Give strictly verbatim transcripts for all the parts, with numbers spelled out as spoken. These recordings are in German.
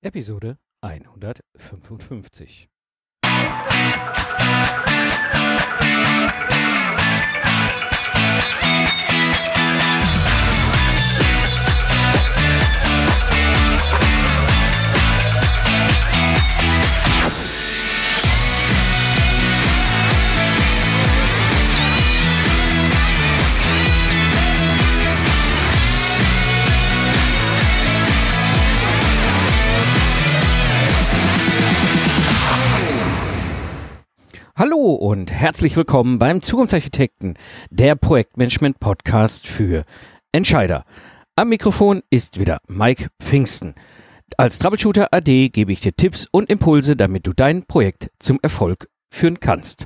Episode hundertfünfundfünfzig. Hallo und herzlich willkommen beim Zukunftsarchitekten, der Projektmanagement-Podcast für Entscheider. Am Mikrofon ist wieder Mike Pfingsten. Als Troubleshooter A D gebe ich dir Tipps und Impulse, damit du dein Projekt zum Erfolg führen kannst.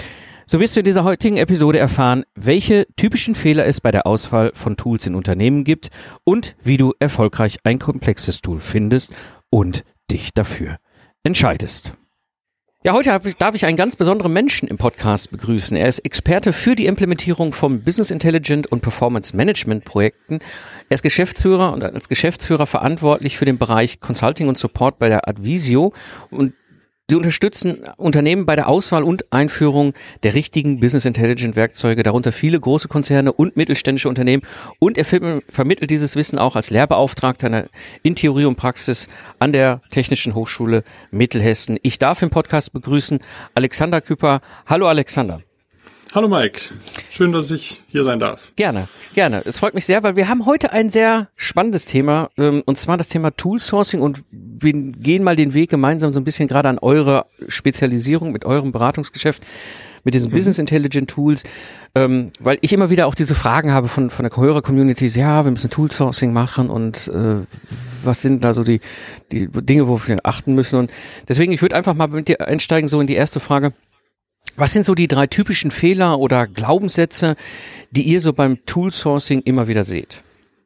So wirst du in dieser heutigen Episode erfahren, welche typischen Fehler es bei der Auswahl von Tools in Unternehmen gibt und wie du erfolgreich ein komplexes Tool findest und dich dafür entscheidest. Ja, heute darf ich einen ganz besonderen Menschen im Podcast begrüßen. Er ist Experte für die Implementierung von Business Intelligence und Performance Management Projekten. Er ist Geschäftsführer und als Geschäftsführer verantwortlich für den Bereich Consulting und Support bei der Advisio und die unterstützen Unternehmen bei der Auswahl und Einführung der richtigen Business Intelligence Werkzeuge, darunter viele große Konzerne und mittelständische Unternehmen. Und er vermittelt dieses Wissen auch als Lehrbeauftragter in Theorie und Praxis an der Technischen Hochschule Mittelhessen. Ich darf im Podcast begrüßen Alexander Küpper. Hallo Alexander. Hallo Mike, schön, dass ich hier sein darf. Gerne, gerne. Es freut mich sehr, weil wir haben heute ein sehr spannendes Thema, ähm, und zwar das Thema Tool Sourcing, und wir gehen mal den Weg gemeinsam so ein bisschen gerade an eure Spezialisierung mit eurem Beratungsgeschäft, mit diesen mhm. Business Intelligent Tools, ähm, weil ich immer wieder auch diese Fragen habe von von der Hörer-Community, ja, wir müssen Tool Sourcing machen und äh, was sind da so die die Dinge, worauf wir achten müssen, und deswegen, ich würde einfach mal mit dir einsteigen, so in die erste Frage. Was sind so die drei typischen Fehler oder Glaubenssätze, die ihr so beim Tool-Sourcing immer wieder seht?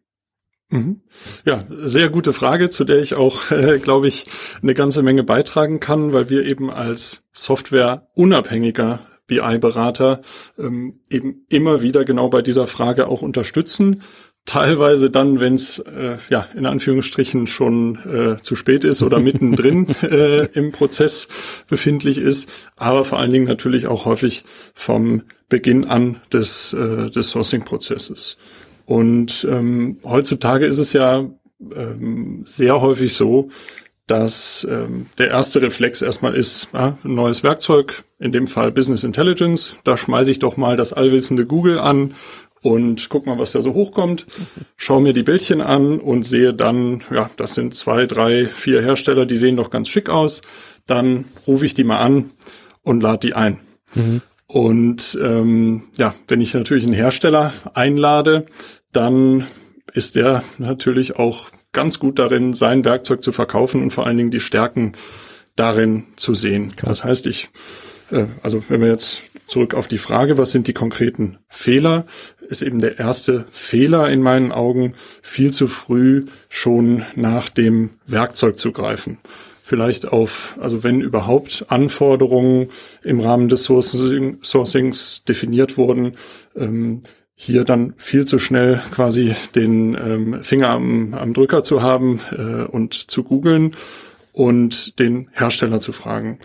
Mhm. Ja, sehr gute Frage, zu der ich auch, äh, glaube ich, eine ganze Menge beitragen kann, weil wir eben als softwareunabhängiger B I-Berater ähm, eben immer wieder genau bei dieser Frage auch unterstützen. Teilweise dann, wenn es äh, ja in Anführungsstrichen schon äh, zu spät ist oder mittendrin äh, im Prozess befindlich ist, aber vor allen Dingen natürlich auch häufig vom Beginn an des äh, des Sourcing-Prozesses. Und ähm, heutzutage ist es ja ähm, sehr häufig so, dass ähm, der erste Reflex erstmal ist, ja, ein neues Werkzeug, in dem Fall Business Intelligence, da schmeiße ich doch mal das allwissende Google an und guck mal, was da so hochkommt, schau mir die Bildchen an und sehe dann, ja, das sind zwei, drei, vier Hersteller, die sehen doch ganz schick aus. Dann rufe ich die mal an und lade die ein. Mhm. Und ähm, ja, wenn ich natürlich einen Hersteller einlade, dann ist der natürlich auch ganz gut darin, sein Werkzeug zu verkaufen und vor allen Dingen die Stärken darin zu sehen. Klar. Das heißt, ich, äh, also wenn wir jetzt zurück auf die Frage, was sind die konkreten Fehler, ist eben der erste Fehler in meinen Augen, viel zu früh schon nach dem Werkzeug zu greifen. Vielleicht auf, also wenn überhaupt Anforderungen im Rahmen des Sourcing, Sourcings definiert wurden, ähm, hier dann viel zu schnell quasi den ähm, Finger am, am Drücker zu haben äh, und zu googeln und den Hersteller zu fragen.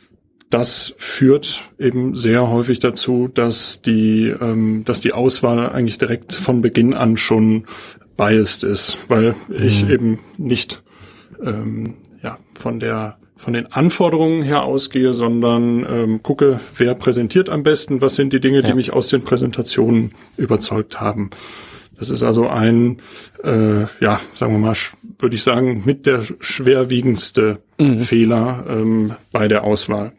Das führt eben sehr häufig dazu, dass die, ähm, dass die Auswahl eigentlich direkt von Beginn an schon biased ist, weil mhm. ich eben nicht ähm, ja von der von den Anforderungen her ausgehe, sondern ähm, gucke, wer präsentiert am besten, was sind die Dinge, die ja. mich aus den Präsentationen überzeugt haben. Das ist also ein, äh, ja, sagen wir mal, würde ich sagen, mit der schwerwiegendste mhm. Fehler ähm, bei der Auswahl.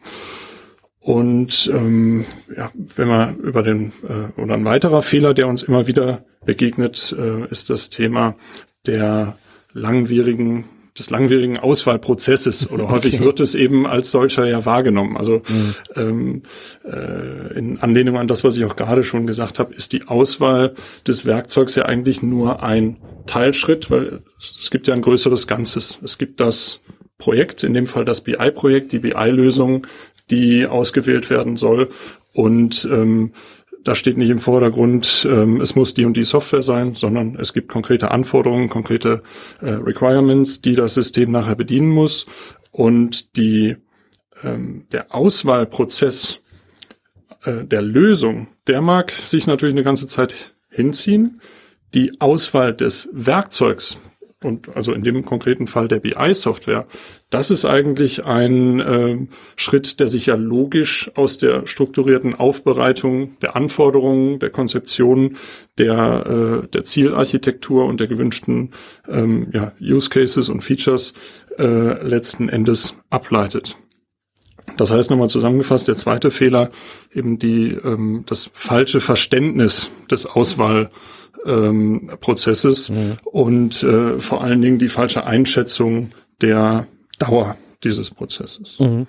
Und ähm, ja, wenn man über den, äh, oder ein weiterer Fehler, der uns immer wieder begegnet, äh, ist das Thema der langwierigen des langwierigen Auswahlprozesses, oder okay. häufig wird es eben als solcher ja wahrgenommen. Also mhm. ähm, äh, in Anlehnung an das, was ich auch gerade schon gesagt habe, ist die Auswahl des Werkzeugs ja eigentlich nur ein Teilschritt, weil es, es gibt ja ein größeres Ganzes. Es gibt das Projekt, in dem Fall das B I-Projekt, die B I-Lösung, die ausgewählt werden soll, und ähm, da steht nicht im Vordergrund, ähm, es muss die und die Software sein, sondern es gibt konkrete Anforderungen, konkrete äh, Requirements, die das System nachher bedienen muss. Und die, ähm, der Auswahlprozess äh, der Lösung, der mag sich natürlich eine ganze Zeit hinziehen. Die Auswahl des Werkzeugs, und also in dem konkreten Fall der B I-Software, das ist eigentlich ein äh, Schritt, der sich ja logisch aus der strukturierten Aufbereitung der Anforderungen, der Konzeption, der, äh, der Zielarchitektur und der gewünschten ähm, ja, Use Cases und Features äh, letzten Endes ableitet. Das heißt, nochmal zusammengefasst, der zweite Fehler, eben die ähm, das falsche Verständnis des Auswahl Ähm, Prozesses mhm. und äh, vor allen Dingen die falsche Einschätzung der Dauer dieses Prozesses. Mhm.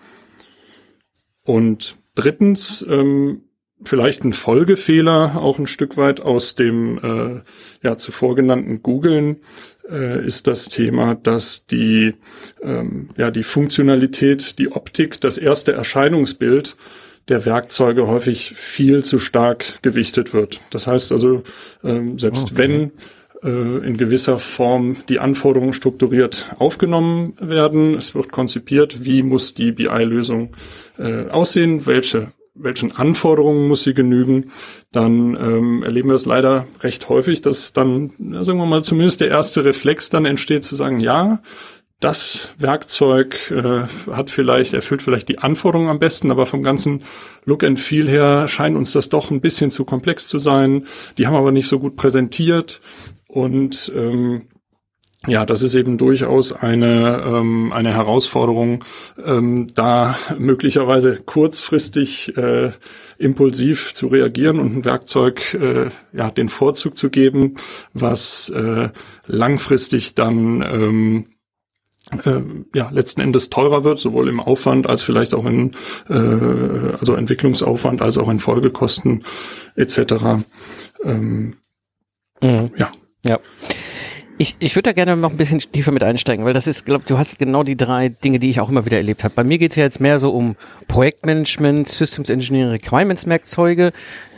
Und drittens, ähm, vielleicht ein Folgefehler, auch ein Stück weit aus dem äh, ja zuvor genannten Googlen, äh, ist das Thema, dass die ähm, ja die Funktionalität, die Optik, das erste Erscheinungsbild der Werkzeuge häufig viel zu stark gewichtet wird. Das heißt also, ähm, selbst okay. wenn äh, in gewisser Form die Anforderungen strukturiert aufgenommen werden, es wird konzipiert, wie muss die B I-Lösung äh, aussehen, welche welchen Anforderungen muss sie genügen, dann ähm, erleben wir es leider recht häufig, dass dann, na, sagen wir mal, zumindest der erste Reflex dann entsteht, zu sagen, ja, das Werkzeug äh, hat vielleicht, erfüllt vielleicht die Anforderungen am besten, aber vom ganzen Look and Feel her scheint uns das doch ein bisschen zu komplex zu sein. Die haben aber nicht so gut präsentiert und ähm, ja, das ist eben durchaus eine ähm, eine Herausforderung, ähm, da möglicherweise kurzfristig äh, impulsiv zu reagieren und ein Werkzeug äh, ja den Vorzug zu geben, was äh, langfristig dann ähm, Äh, ja, letzten Endes teurer wird, sowohl im Aufwand als vielleicht auch in, äh, also Entwicklungsaufwand, als auch in Folgekosten et cetera. Ähm, mhm. Ja. Ja. Ich, ich würde da gerne noch ein bisschen tiefer mit einsteigen, weil das ist, glaube du hast genau die drei Dinge, die ich auch immer wieder erlebt habe. Bei mir geht es ja jetzt mehr so um Projektmanagement, Systems Engineering, Requirements Werkzeuge.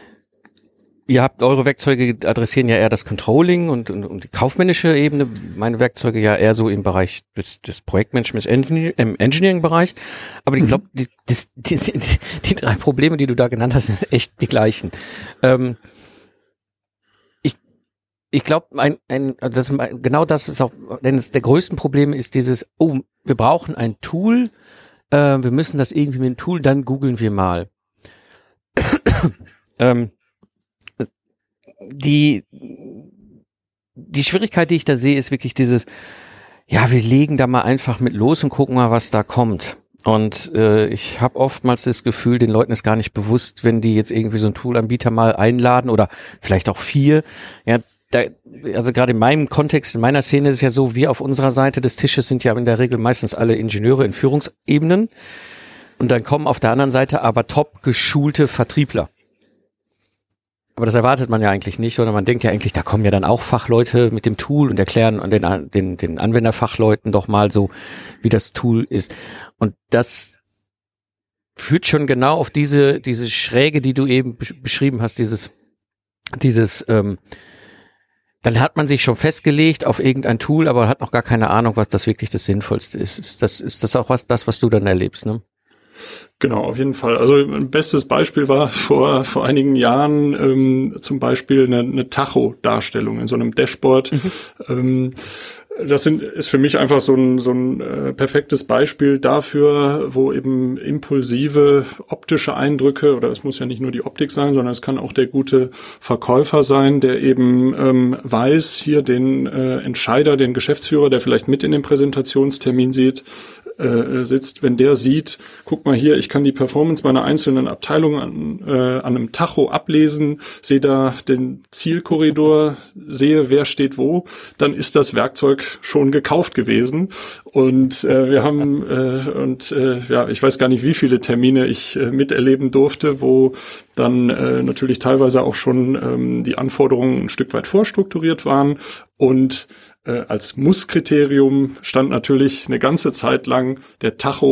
Ihr habt eure Werkzeuge adressieren ja eher das Controlling und, und, und die kaufmännische Ebene. Meine Werkzeuge ja eher so im Bereich des, des Projektmanagements, im Engineering-Bereich. Aber ich glaube, die, die, die, die drei Probleme, die du da genannt hast, sind echt die gleichen. Ähm, ich ich glaube, ein, ein, das, genau das ist auch, denn das, der größten Problem ist dieses, oh, wir brauchen ein Tool, äh, wir müssen das irgendwie mit dem Tool, dann googeln wir mal. ähm, Die, die Schwierigkeit, die ich da sehe, ist wirklich dieses, ja, wir legen da mal einfach mit los und gucken mal, was da kommt. Und äh, ich habe oftmals das Gefühl, den Leuten ist gar nicht bewusst, wenn die jetzt irgendwie so einen Toolanbieter mal einladen oder vielleicht auch vier. Ja, da, also gerade in meinem Kontext, in meiner Szene ist es ja so, wir auf unserer Seite des Tisches sind ja in der Regel meistens alle Ingenieure in Führungsebenen. Und dann kommen auf der anderen Seite aber top geschulte Vertriebler. Aber das erwartet man ja eigentlich nicht, sondern man denkt ja eigentlich, da kommen ja dann auch Fachleute mit dem Tool und erklären den, den, den Anwenderfachleuten doch mal so, wie das Tool ist. Und das führt schon genau auf diese, diese Schräge, die du eben beschrieben hast, dieses, dieses, ähm, dann hat man sich schon festgelegt auf irgendein Tool, aber hat noch gar keine Ahnung, was das wirklich das Sinnvollste ist. Ist das, ist das auch was, das, was du dann erlebst, ne? Genau, auf jeden Fall. Also ein bestes Beispiel war vor vor einigen Jahren ähm, zum Beispiel eine, eine Tacho-Darstellung in so einem Dashboard. Mhm. Ähm, das sind, ist für mich einfach so ein, so ein äh, perfektes Beispiel dafür, wo eben impulsive optische Eindrücke, oder es muss ja nicht nur die Optik sein, sondern es kann auch der gute Verkäufer sein, der eben ähm, weiß, hier den äh, Entscheider, den Geschäftsführer, der vielleicht mit in den Präsentationstermin sieht, Äh, sitzt, wenn der sieht, guck mal hier, ich kann die Performance meiner einzelnen Abteilungen an, äh, an einem Tacho ablesen, sehe da den Zielkorridor, sehe, wer steht wo, dann ist das Werkzeug schon gekauft gewesen. Und äh, wir haben, äh, und äh, ja, ich weiß gar nicht, wie viele Termine ich äh, miterleben durfte, wo dann äh, natürlich teilweise auch schon ähm, die Anforderungen ein Stück weit vorstrukturiert waren und Äh, als Musskriterium stand natürlich eine ganze Zeit lang der Tacho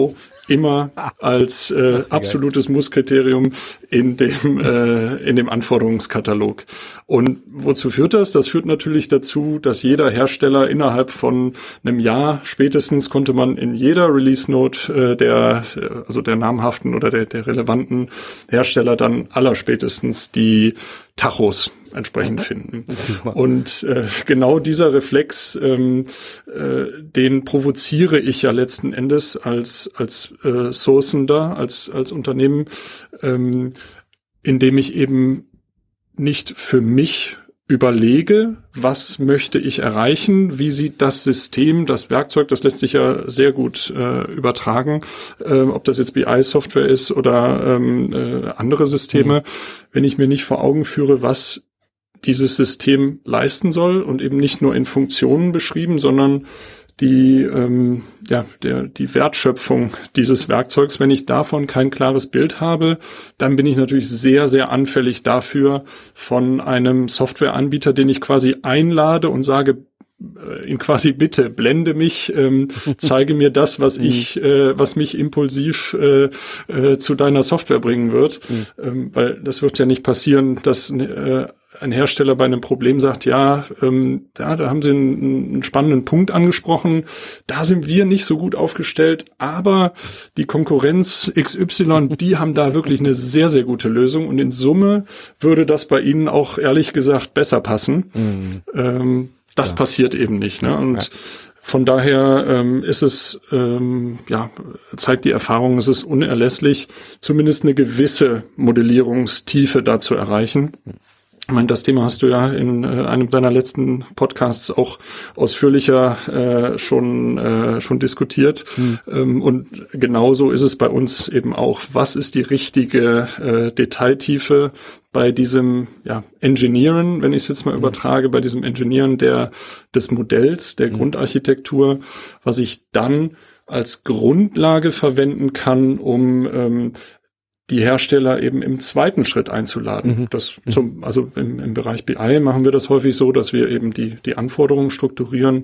immer als äh, absolutes Musskriterium in dem äh, in dem Anforderungskatalog. Und wozu führt das? Das führt natürlich dazu, dass jeder Hersteller innerhalb von einem Jahr spätestens konnte man in jeder Release-Note äh, der also der namhaften oder der der relevanten Hersteller dann allerspätestens die Tachos entsprechend finden. Super. Und äh, genau dieser Reflex, ähm, äh, den provoziere ich ja letzten Endes als als äh, Sourcender, als als Unternehmen, ähm, indem ich eben nicht für mich überlege, was möchte ich erreichen, wie sieht das System, das Werkzeug, das lässt sich ja sehr gut äh, übertragen, äh, ob das jetzt B I-Software ist oder ähm, äh, andere Systeme, mhm. wenn ich mir nicht vor Augen führe, was dieses System leisten soll und eben nicht nur in Funktionen beschrieben, sondern die ähm, ja der die Wertschöpfung dieses Werkzeugs, wenn ich davon kein klares Bild habe, dann bin ich natürlich sehr, sehr anfällig dafür, von einem Softwareanbieter, den ich quasi einlade und sage, äh, ihn quasi bitte, blende mich, ähm, zeige mir das, was ich, äh, was mich impulsiv äh, äh, zu deiner Software bringen wird, mhm. ähm, weil das wird ja nicht passieren, dass äh, ein Hersteller bei einem Problem sagt, ja, ähm, da, da haben Sie einen, einen spannenden Punkt angesprochen, da sind wir nicht so gut aufgestellt, aber die Konkurrenz X Y, die haben da wirklich eine sehr, sehr gute Lösung und in Summe würde das bei Ihnen auch ehrlich gesagt besser passen. Mhm. Ähm, das ja. passiert eben nicht, ne? Und ja. Von daher ähm, ist es, ähm, ja, zeigt die Erfahrung, es ist unerlässlich, zumindest eine gewisse Modellierungstiefe da zu erreichen. Ich meine, das Thema hast du ja in äh, einem deiner letzten Podcasts auch ausführlicher äh, schon äh, schon diskutiert. Hm. Ähm, und genauso ist es bei uns eben auch. Was ist die richtige äh, Detailtiefe bei diesem ja, Engineeren, wenn ich es jetzt mal hm. übertrage, bei diesem Engineeren der des Modells, der hm. Grundarchitektur, was ich dann als Grundlage verwenden kann, um ähm, die Hersteller eben im zweiten Schritt einzuladen. Mhm. Das zum, also im, im Bereich B I machen wir das häufig so, dass wir eben die, die Anforderungen strukturieren,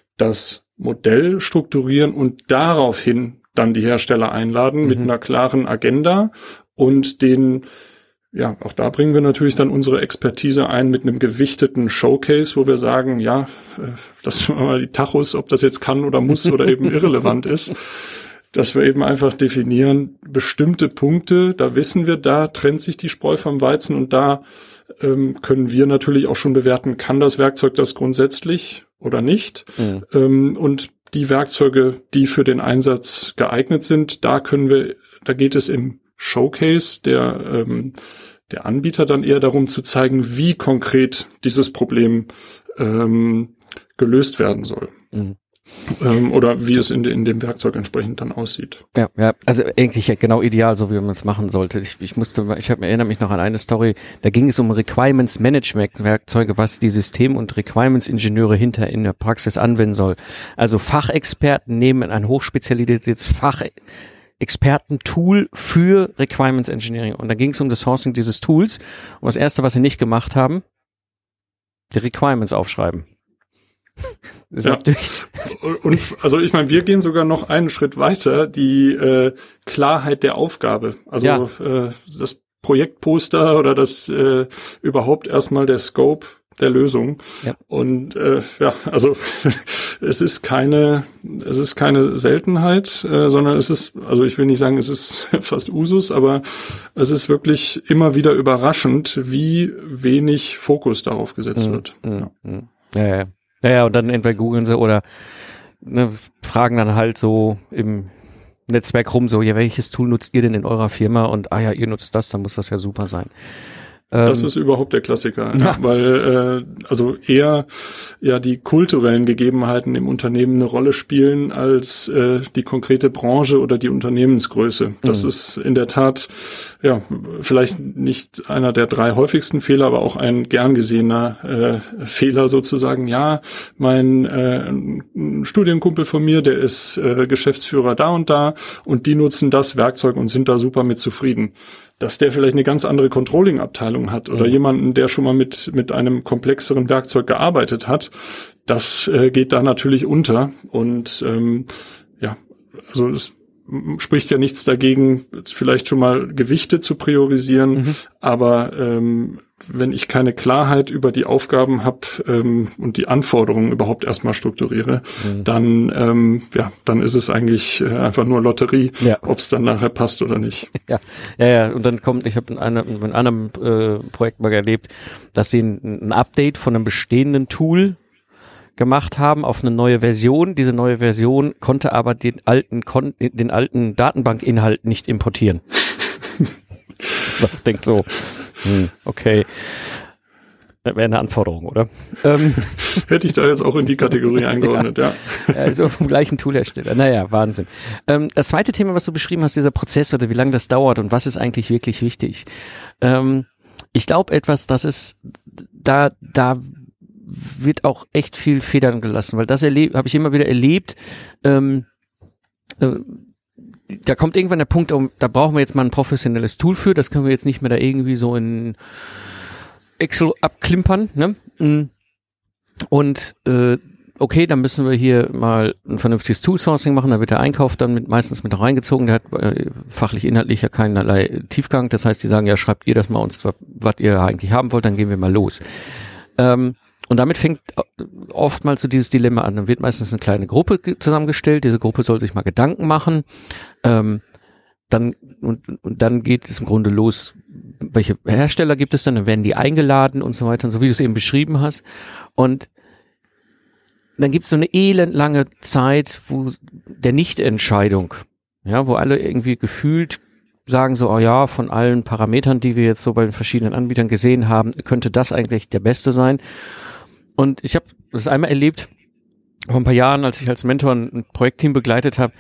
das Modell strukturieren und daraufhin dann die Hersteller einladen mhm. mit einer klaren Agenda und den, ja, auch da bringen wir natürlich dann unsere Expertise ein mit einem gewichteten Showcase, wo wir sagen, ja, äh, lassen wir mal die Tachos, ob das jetzt kann oder muss oder eben irrelevant ist. Dass wir eben einfach definieren, bestimmte Punkte, da wissen wir, da trennt sich die Spreu vom Weizen und da ähm, können wir natürlich auch schon bewerten, kann das Werkzeug das grundsätzlich oder nicht. Mhm. Ähm, und die Werkzeuge, die für den Einsatz geeignet sind, da können wir, da geht es im Showcase der, ähm, der Anbieter dann eher darum zu zeigen, wie konkret dieses Problem ähm, gelöst werden soll. Mhm. Ähm, oder wie es in, de, in dem Werkzeug entsprechend dann aussieht. Ja, ja, also eigentlich ja genau ideal, so wie man es machen sollte. Ich, ich musste, ich habe erinnere mich noch an eine Story, da ging es um Requirements Management Werkzeuge, was die System- und Requirements Ingenieure hinter in der Praxis anwenden soll. Also Fachexperten nehmen ein hochspezialisiertes Fachexperten-Tool für Requirements Engineering. Und da ging es um das Sourcing dieses Tools. Und das erste, was sie nicht gemacht haben, die Requirements aufschreiben. Ja. Und also ich meine, wir gehen sogar noch einen Schritt weiter, die äh, Klarheit der Aufgabe. Also ja. äh, das Projektposter oder das äh, überhaupt erstmal der Scope der Lösung. Ja. Und äh, ja, also es ist keine, es ist keine Seltenheit, äh, sondern es ist, also ich will nicht sagen, es ist fast Usus, aber es ist wirklich immer wieder überraschend, wie wenig Fokus darauf gesetzt mhm. wird. Mhm. Ja. Ja, ja. Ja, ja, und dann entweder googeln sie oder ne, fragen dann halt so im Netzwerk rum, so, ja, welches Tool nutzt ihr denn in eurer Firma? Und, ah ja, ihr nutzt das, dann muss das ja super sein. Das ähm, ist überhaupt der Klassiker, ja. Ja, weil äh, also eher ja die kulturellen Gegebenheiten im Unternehmen eine Rolle spielen als äh, die konkrete Branche oder die Unternehmensgröße. Das mhm. ist in der Tat ja vielleicht nicht einer der drei häufigsten Fehler, aber auch ein gern gesehener äh, Fehler sozusagen. Ja, mein äh, ein Studienkumpel von mir, der ist äh, Geschäftsführer da und da und die nutzen das Werkzeug und sind da super mit zufrieden. Dass der vielleicht eine ganz andere Controlling-Abteilung hat oder mhm. jemanden, der schon mal mit mit einem komplexeren Werkzeug gearbeitet hat, das äh, geht da natürlich unter. Und ähm, ja, also es spricht ja nichts dagegen, vielleicht schon mal Gewichte zu priorisieren, mhm. aber ähm, wenn ich keine Klarheit über die Aufgaben habe ähm, und die Anforderungen überhaupt erstmal strukturiere, mhm. dann ähm, ja, dann ist es eigentlich äh, einfach nur Lotterie, ja. ob es dann nachher passt oder nicht. Ja, ja, ja. Und dann kommt, ich habe in einem, in einem äh, Projekt mal erlebt, dass sie ein, ein Update von einem bestehenden Tool gemacht haben auf eine neue Version. Diese neue Version konnte aber den alten Kon- den alten Datenbankinhalt nicht importieren. Denkt so, hm, okay, das wäre eine Anforderung, oder? Ähm. Hätte ich da jetzt auch in die Kategorie eingeordnet, ja. ja. Also vom gleichen Toolhersteller. Naja, Wahnsinn. Ähm, das zweite Thema, was du beschrieben hast, dieser Prozess oder wie lange das dauert und was ist eigentlich wirklich wichtig. Ähm, ich glaube etwas, das ist, da, da wird auch echt viel Federn gelassen, weil das erlebe, habe ich immer wieder erlebt, ähm, äh, da kommt irgendwann der Punkt, um, da brauchen wir jetzt mal ein professionelles Tool für, das können wir jetzt nicht mehr da irgendwie so in Excel abklimpern, ne? Und äh, okay, dann müssen wir hier mal ein vernünftiges Tool-Sourcing machen, da wird der Einkauf dann mit, meistens mit reingezogen, der hat äh, fachlich, inhaltlich ja keinerlei Tiefgang, das heißt, die sagen, ja, schreibt ihr das mal uns, was ihr eigentlich haben wollt, dann gehen wir mal los. Ähm, Und damit fängt oftmals so dieses Dilemma an. Dann wird meistens eine kleine Gruppe zusammengestellt. Diese Gruppe soll sich mal Gedanken machen. Ähm, dann und, und dann geht es im Grunde los. Welche Hersteller gibt es dann? Dann werden die eingeladen und so weiter. Und so wie du es eben beschrieben hast. Und dann gibt es so eine elendlange Zeit, wo der Nichtentscheidung, ja, wo alle irgendwie gefühlt sagen so, oh ja, von allen Parametern, die wir jetzt so bei den verschiedenen Anbietern gesehen haben, könnte das eigentlich der beste sein. Und ich habe das einmal erlebt, vor ein paar Jahren, als ich als Mentor ein Projektteam begleitet habe.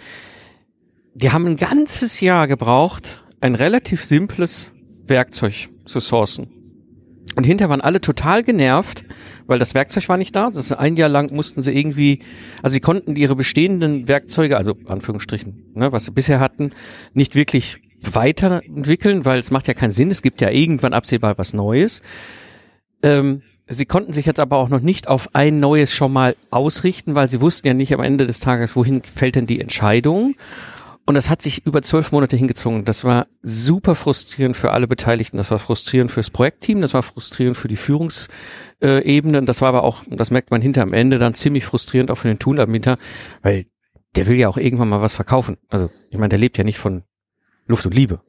Die haben ein ganzes Jahr gebraucht, ein relativ simples Werkzeug zu sourcen. Und hinterher waren alle total genervt, weil das Werkzeug war nicht da. Das ist ein Jahr lang mussten sie irgendwie, also sie konnten ihre bestehenden Werkzeuge, also Anführungsstrichen, ne, was sie bisher hatten, nicht wirklich weiterentwickeln, weil es macht ja keinen Sinn. Es gibt ja irgendwann absehbar was Neues. Ähm, Sie konnten sich jetzt aber auch noch nicht auf ein neues schon mal ausrichten, weil sie wussten ja nicht am Ende des Tages, wohin fällt denn die Entscheidung. Und das hat sich über zwölf Monate hingezogen. Das war super frustrierend für alle Beteiligten. Das war frustrierend fürs Projektteam, das war frustrierend für die Führungsebene. Das war aber auch, das merkt man hinter am Ende, dann ziemlich frustrierend auch für den Toolanbieter, weil der will ja auch irgendwann mal was verkaufen. Also ich meine, der lebt ja nicht von Luft und Liebe.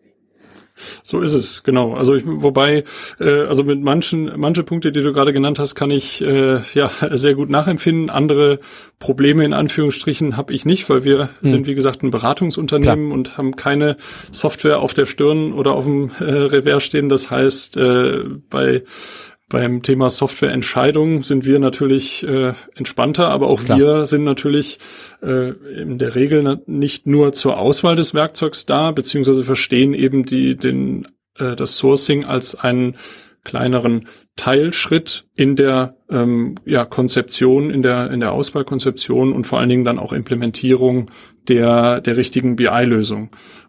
So ist es, genau. Also ich, wobei, äh, also mit manchen, manche Punkte, die du gerade genannt hast, kann ich äh, ja sehr gut nachempfinden. Andere Probleme in Anführungsstrichen habe ich nicht, weil wir hm. sind wie gesagt ein Beratungsunternehmen Klar. und haben keine Software auf der Stirn oder auf dem äh, Revers stehen. Das heißt, äh, bei Beim Thema Softwareentscheidungen sind wir natürlich äh, entspannter, aber auch Klar. wir sind natürlich äh, in der Regel nicht nur zur Auswahl des Werkzeugs da, beziehungsweise verstehen eben die den äh, das Sourcing als einen kleineren Teilschritt in der ähm, ja Konzeption, in der in der Auswahlkonzeption und vor allen Dingen dann auch Implementierung der der richtigen B I-Lösung.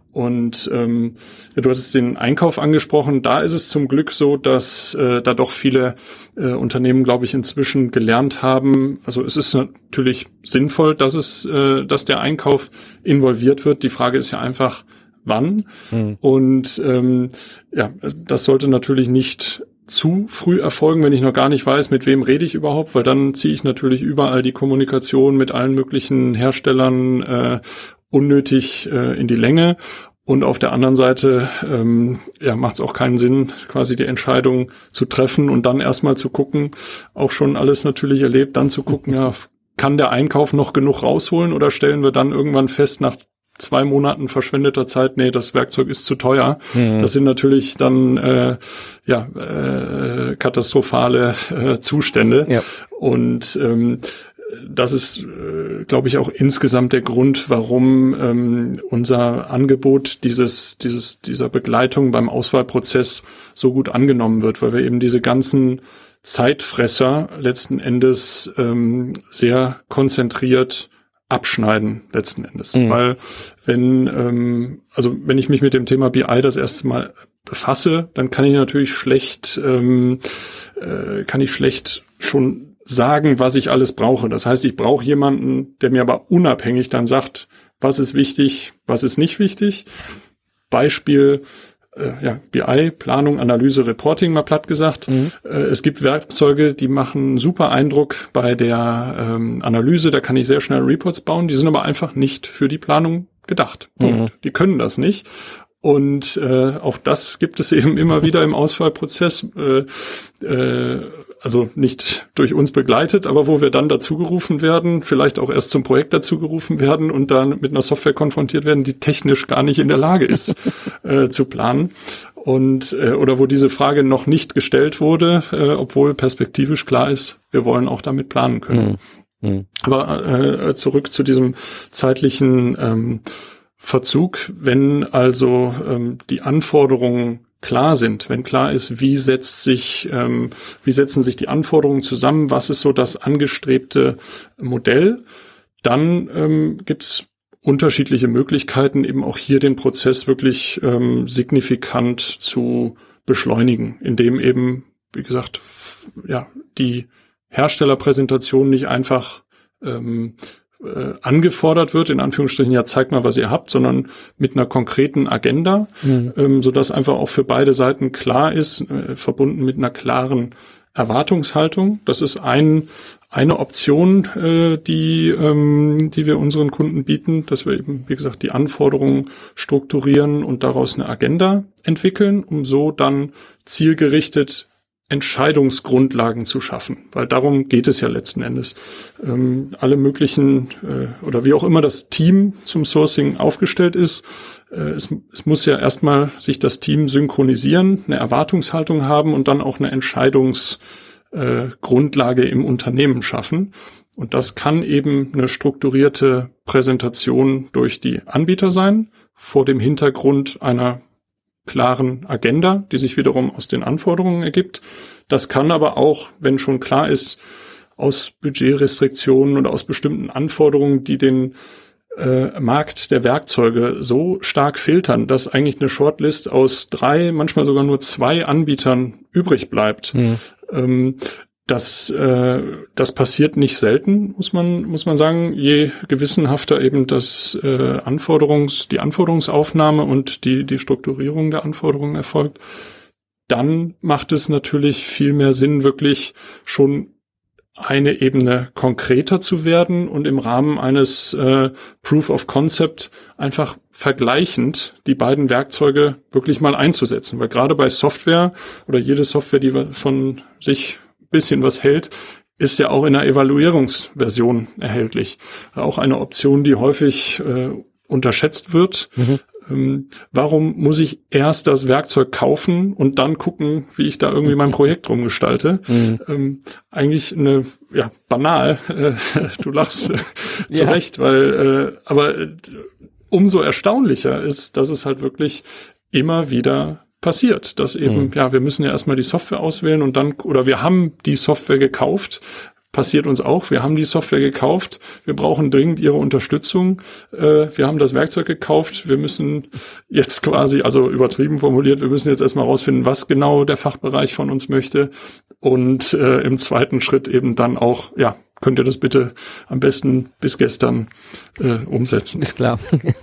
Und ähm, du hattest den Einkauf angesprochen. Da ist es zum Glück so, dass äh, da doch viele äh, Unternehmen, glaube ich, inzwischen gelernt haben. Also es ist natürlich sinnvoll, dass es, äh, dass der Einkauf involviert wird. Die Frage ist ja einfach, wann. Mhm. Und ähm, ja, das sollte natürlich nicht zu früh erfolgen, wenn ich noch gar nicht weiß, mit wem rede ich überhaupt, weil dann ziehe ich natürlich überall die Kommunikation mit allen möglichen Herstellern äh, unnötig äh, in die Länge. Und auf der anderen Seite ähm, ja, macht es auch keinen Sinn, quasi die Entscheidung zu treffen und dann erstmal zu gucken, auch schon alles natürlich erlebt, dann zu gucken, ja, kann der Einkauf noch genug rausholen oder stellen wir dann irgendwann fest, nach zwei Monaten verschwendeter Zeit, nee, das Werkzeug ist zu teuer. Mhm. Das sind natürlich dann äh, ja äh, katastrophale äh, Zustände. Ja. Und ähm, das ist, äh, glaube ich, auch insgesamt der Grund, warum ähm, unser Angebot dieses, dieses, dieser Begleitung beim Auswahlprozess so gut angenommen wird, weil wir eben diese ganzen Zeitfresser letzten Endes ähm, sehr konzentriert abschneiden, letzten Endes. Mhm. Weil wenn, ähm, also wenn ich mich mit dem Thema B I das erste Mal befasse, dann kann ich natürlich schlecht, ähm, äh, kann ich schlecht schon sagen, was ich alles brauche. Das heißt, ich brauche jemanden, der mir aber unabhängig dann sagt, was ist wichtig, was ist nicht wichtig. Beispiel, äh, ja, B I, Planung, Analyse, Reporting, mal platt gesagt. Mhm. Äh, es gibt Werkzeuge, die machen einen super Eindruck bei der ähm, Analyse, da kann ich sehr schnell Reports bauen, die sind aber einfach nicht für die Planung gedacht. Punkt. Mhm. Die können das nicht. Und äh, auch das gibt es eben immer wieder im Auswahlprozess, äh, äh, also nicht durch uns begleitet, aber wo wir dann dazu gerufen werden, vielleicht auch erst zum Projekt dazu gerufen werden und dann mit einer Software konfrontiert werden, die technisch gar nicht in der Lage ist äh, zu planen. Und äh, oder wo diese Frage noch nicht gestellt wurde, äh, obwohl perspektivisch klar ist, wir wollen auch damit planen können. Mhm. Mhm. Aber äh, zurück zu diesem zeitlichen ähm, Verzug, wenn also ähm, die Anforderungen klar sind, wenn klar ist, wie setzt sich, ähm, wie setzen sich die Anforderungen zusammen, was ist so das angestrebte Modell, dann ähm, gibt's unterschiedliche Möglichkeiten, eben auch hier den Prozess wirklich ähm, signifikant zu beschleunigen, indem eben, wie gesagt, f- ja, die Herstellerpräsentation nicht einfach ähm, äh, angefordert wird, in Anführungsstrichen, ja, zeigt mal, was ihr habt, sondern mit einer konkreten Agenda, mhm. ähm, sodass einfach auch für beide Seiten klar ist, äh, verbunden mit einer klaren Erwartungshaltung. Das ist ein, eine Option, äh, die, ähm, die wir unseren Kunden bieten, dass wir eben, wie gesagt, die Anforderungen strukturieren und daraus eine Agenda entwickeln, um so dann zielgerichtet Entscheidungsgrundlagen zu schaffen, weil darum geht es ja letzten Endes. Ähm, alle möglichen äh, oder wie auch immer das Team zum Sourcing aufgestellt ist, äh, es, es muss ja erstmal sich das Team synchronisieren, eine Erwartungshaltung haben und dann auch eine Entscheidungsgrundlage äh, im Unternehmen schaffen. Und das kann eben eine strukturierte Präsentation durch die Anbieter sein, vor dem Hintergrund einer klaren Agenda, die sich wiederum aus den Anforderungen ergibt. Das kann aber auch, wenn schon klar ist, aus Budgetrestriktionen oder aus bestimmten Anforderungen, die den äh, Markt der Werkzeuge so stark filtern, dass eigentlich eine Shortlist aus drei, manchmal sogar nur zwei Anbietern übrig bleibt. Mhm. Ähm, Das, äh, das passiert nicht selten, muss man, muss man sagen. Je gewissenhafter eben das äh, Anforderungs, die Anforderungsaufnahme und die, die Strukturierung der Anforderungen erfolgt, dann macht es natürlich viel mehr Sinn, wirklich schon eine Ebene konkreter zu werden und im Rahmen eines äh, Proof of Concept einfach vergleichend die beiden Werkzeuge wirklich mal einzusetzen. Weil gerade bei Software oder jede Software, die von sich bisschen was hält, ist ja auch in der Evaluierungsversion erhältlich. Auch eine Option, die häufig äh, unterschätzt wird. Mhm. Ähm, warum muss ich erst das Werkzeug kaufen und dann gucken, wie ich da irgendwie mein Projekt rumgestalte? Mhm. Ähm, eigentlich eine, ja, banal. Äh, du lachst äh, zu ja. Recht, weil, äh, aber äh, umso erstaunlicher ist, dass es halt wirklich immer wieder passiert, dass eben, mhm. ja, wir müssen ja erstmal die Software auswählen und dann, oder wir haben die Software gekauft, passiert uns auch, wir haben die Software gekauft, wir brauchen dringend ihre Unterstützung, äh, wir haben das Werkzeug gekauft, wir müssen jetzt quasi, also übertrieben formuliert, wir müssen jetzt erstmal rausfinden, was genau der Fachbereich von uns möchte und äh, im zweiten Schritt eben dann auch, ja, könnt ihr das bitte am besten bis gestern äh, umsetzen. Ist klar.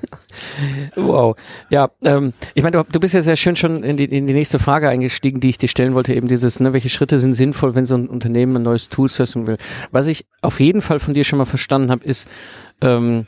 Wow. Ja, ähm, ich meine, du, du bist ja sehr schön schon in die, in die nächste Frage eingestiegen, die ich dir stellen wollte, eben dieses, ne, welche Schritte sind sinnvoll, wenn so ein Unternehmen ein neues Tool sourcen will. Was ich auf jeden Fall von dir schon mal verstanden habe, ist, ähm,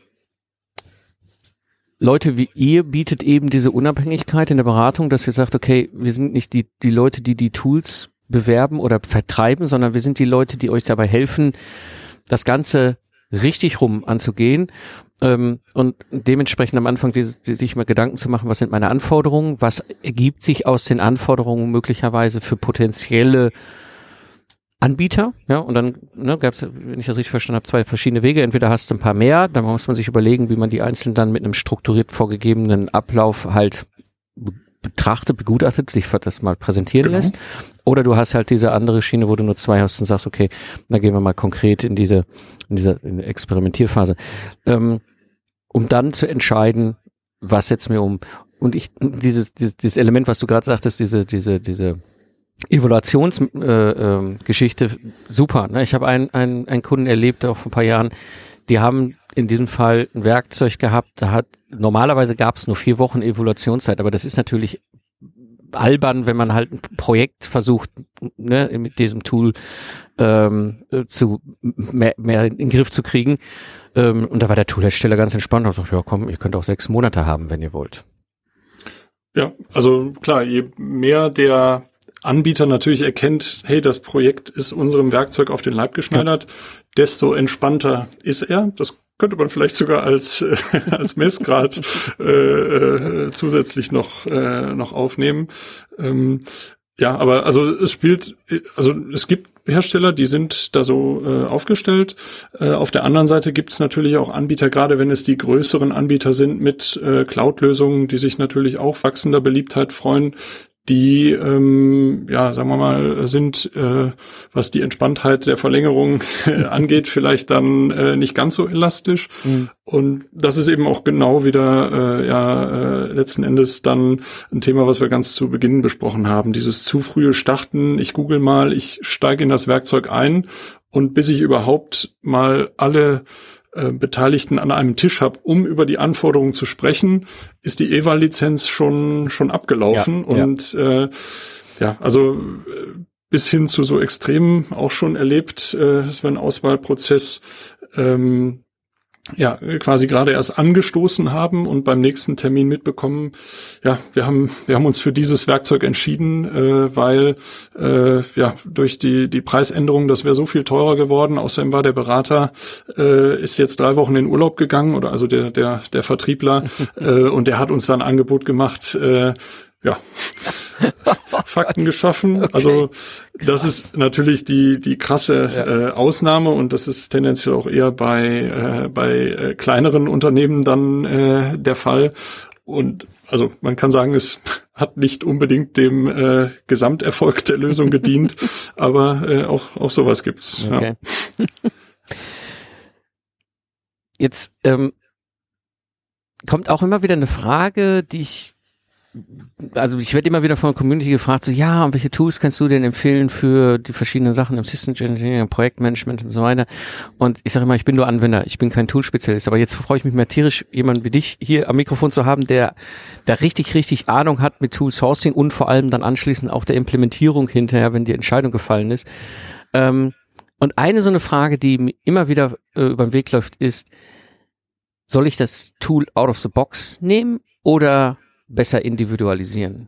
Leute wie ihr bietet eben diese Unabhängigkeit in der Beratung, dass ihr sagt, okay, wir sind nicht die, die Leute, die die Tools bewerben oder vertreiben, sondern wir sind die Leute, die euch dabei helfen, das Ganze richtig rum anzugehen ähm, und dementsprechend am Anfang die, die sich mal Gedanken zu machen, was sind meine Anforderungen, was ergibt sich aus den Anforderungen möglicherweise für potenzielle Anbieter, ja, und dann ne, gab es, wenn ich das richtig verstanden habe, zwei verschiedene Wege. Entweder hast du ein paar mehr, dann muss man sich überlegen, wie man die einzelnen dann mit einem strukturiert vorgegebenen Ablauf halt betrachtet, begutachtet, sich das mal präsentieren genau. lässt. Oder du hast halt diese andere Schiene, wo du nur zwei hast und sagst, okay, dann gehen wir mal konkret in diese, in diese in die Experimentierphase. Ähm, um dann zu entscheiden, was setzt mir um. Und ich, dieses, dieses, dieses Element, was du gerade sagtest, diese, diese, diese Evaluationsgeschichte, äh, äh, super. Ne? Ich habe einen, einen, einen Kunden erlebt, auch vor ein paar Jahren, die haben in diesem Fall ein Werkzeug gehabt, da hat, normalerweise gab es nur vier Wochen Evaluationszeit, aber das ist natürlich albern, wenn man halt ein Projekt versucht, ne, mit diesem Tool ähm, zu mehr, mehr in den Griff zu kriegen. Ähm, und da war der Toolhersteller ganz entspannt und sagt, ja komm, ihr könnt auch sechs Monate haben, wenn ihr wollt. Ja, also klar, je mehr der Anbieter natürlich erkennt, hey, das Projekt ist unserem Werkzeug auf den Leib geschneidert, ja, desto entspannter ist er. Das könnte man vielleicht sogar als äh, als Messgrad äh, äh, zusätzlich noch äh, noch aufnehmen. Ähm, ja, aber also es spielt, also es gibt Hersteller, die sind da so äh, aufgestellt. Äh, auf der anderen Seite gibt es natürlich auch Anbieter, gerade wenn es die größeren Anbieter sind mit äh, Cloud-Lösungen, die sich natürlich auch wachsender Beliebtheit freuen, die, ähm, ja, sagen wir mal, sind, äh, was die Entspanntheit der Verlängerung äh, angeht, vielleicht dann äh, nicht ganz so elastisch. Mhm. Und das ist eben auch genau wieder, äh, ja, äh, letzten Endes dann ein Thema, was wir ganz zu Beginn besprochen haben. Dieses zu frühe Starten, ich google mal, ich steige in das Werkzeug ein und bis ich überhaupt mal alle Beteiligten an einem Tisch habe, um über die Anforderungen zu sprechen, ist die E W A-Lizenz schon schon abgelaufen. Ja, und ja. Äh, ja, also bis hin zu so Extremen auch schon erlebt, äh, dass wir einen Auswahlprozess ähm, ja quasi gerade erst angestoßen haben und beim nächsten Termin mitbekommen, ja, wir haben wir haben uns für dieses Werkzeug entschieden, äh, weil äh, ja durch die die Preisänderung, das wäre so viel teurer geworden. Außerdem war der Berater äh, ist jetzt drei Wochen in Urlaub gegangen, oder also der der der Vertriebler äh, und der hat uns dann ein Angebot gemacht. Äh, ja, Fakten oh geschaffen. Okay. Also das ist natürlich die die krasse ja. äh, Ausnahme, und das ist tendenziell auch eher bei äh, bei äh, kleineren Unternehmen dann äh, der Fall. Und also man kann sagen, es hat nicht unbedingt dem äh, Gesamterfolg der Lösung gedient, aber äh, auch auch sowas gibt's. Okay. Ja. Jetzt ähm, kommt auch immer wieder eine Frage, die ich Also ich werde immer wieder von der Community gefragt, so ja, und welche Tools kannst du denn empfehlen für die verschiedenen Sachen im Systems Engineering, Projektmanagement und so weiter. Und ich sage immer, ich bin nur Anwender, ich bin kein Toolspezialist. Aber jetzt freue ich mich mehr tierisch, jemanden wie dich hier am Mikrofon zu haben, der da richtig, richtig Ahnung hat mit Tool Sourcing und vor allem dann anschließend auch der Implementierung hinterher, wenn die Entscheidung gefallen ist. Ähm, und eine so eine Frage, die mir immer wieder äh, über den Weg läuft, ist, soll ich das Tool out of the box nehmen oder besser individualisieren?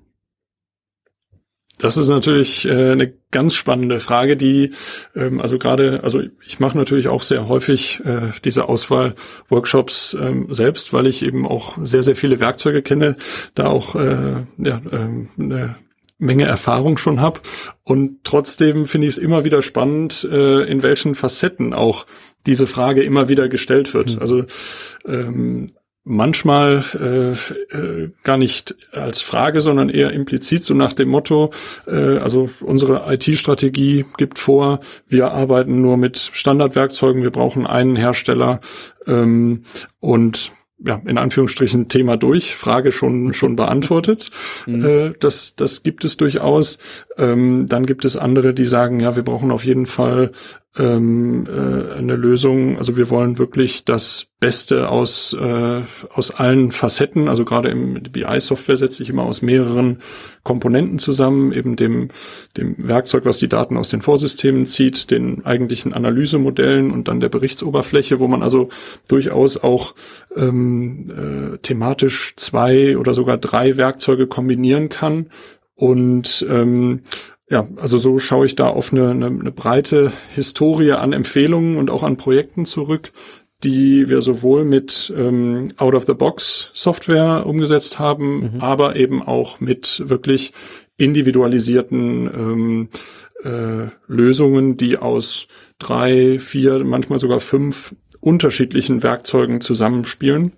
Das ist natürlich äh, eine ganz spannende Frage, die ähm, also gerade, also ich mache natürlich auch sehr häufig äh, diese Auswahl-Workshops ähm, selbst, weil ich eben auch sehr, sehr viele Werkzeuge kenne, da auch äh, ja, äh, eine Menge Erfahrung schon habe, und trotzdem finde ich es immer wieder spannend, äh, in welchen Facetten auch diese Frage immer wieder gestellt wird. Mhm. Also ähm, manchmal äh, äh, gar nicht als Frage, sondern eher implizit, so nach dem Motto, äh, also unsere I T-Strategie gibt vor, wir arbeiten nur mit Standardwerkzeugen, wir brauchen einen Hersteller ähm, und ja, in Anführungsstrichen Thema durch, Frage schon schon beantwortet. Mhm. Äh, das das gibt es durchaus. Ähm, dann gibt es andere, die sagen, ja, wir brauchen auf jeden Fall ähm, äh, eine Lösung. Also wir wollen wirklich das Beste aus äh, aus allen Facetten. Also gerade im B I-Software setzt sich immer aus mehreren Komponenten zusammen, eben dem dem Werkzeug, was die Daten aus den Vorsystemen zieht, den eigentlichen Analysemodellen und dann der Berichtsoberfläche, wo man also durchaus auch ähm, äh, thematisch zwei oder sogar drei Werkzeuge kombinieren kann. Und ähm, ja, also so schaue ich da auf eine, eine, eine breite Historie an Empfehlungen und auch an Projekten zurück, die wir sowohl mit ähm, Out-of-the-Box-Software umgesetzt haben, mhm. aber eben auch mit wirklich individualisierten ähm, äh, Lösungen, die aus drei, vier, manchmal sogar fünf unterschiedlichen Werkzeugen zusammenspielen.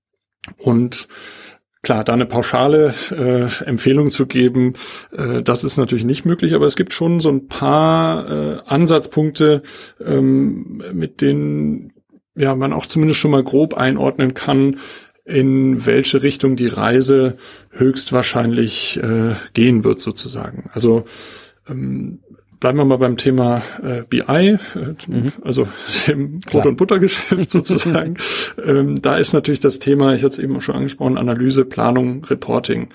Und klar, da eine pauschale äh, Empfehlung zu geben, äh, das ist natürlich nicht möglich, aber es gibt schon so ein paar äh, Ansatzpunkte, ähm, mit denen ja man auch zumindest schon mal grob einordnen kann, in welche Richtung die Reise höchstwahrscheinlich äh, gehen wird sozusagen. Also ähm, bleiben wir mal beim Thema äh, B I, äh, mhm. also dem Brot- und Buttergeschäft sozusagen. ähm, da ist natürlich das Thema, ich hatte es eben schon angesprochen, Analyse, Planung, Reporting.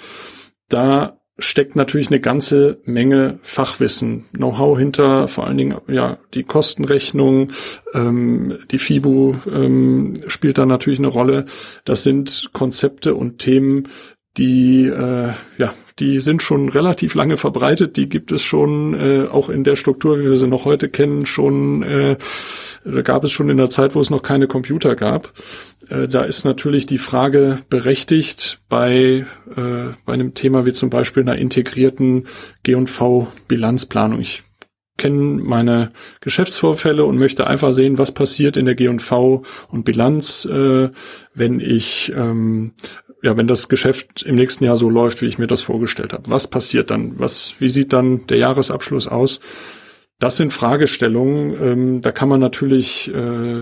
Da steckt natürlich eine ganze Menge Fachwissen, Know-how hinter, vor allen Dingen ja die Kostenrechnung, ähm, die F I B U ähm, spielt da natürlich eine Rolle. Das sind Konzepte und Themen, die äh, ja die sind schon relativ lange verbreitet, die gibt es schon äh, auch in der Struktur, wie wir sie noch heute kennen, schon äh, da gab es schon in der Zeit, wo es noch keine Computer gab. Äh, da ist natürlich die Frage berechtigt bei äh, bei einem Thema wie zum Beispiel einer integrierten G und V-Bilanzplanung. Ich kenne meine Geschäftsvorfälle und möchte einfach sehen, was passiert in der G und V und Bilanz, äh, wenn ich ähm, ja, wenn das Geschäft im nächsten Jahr so läuft, wie ich mir das vorgestellt habe. Was passiert dann? Was, wie sieht dann der Jahresabschluss aus? Das sind Fragestellungen. Ähm, da kann man natürlich äh,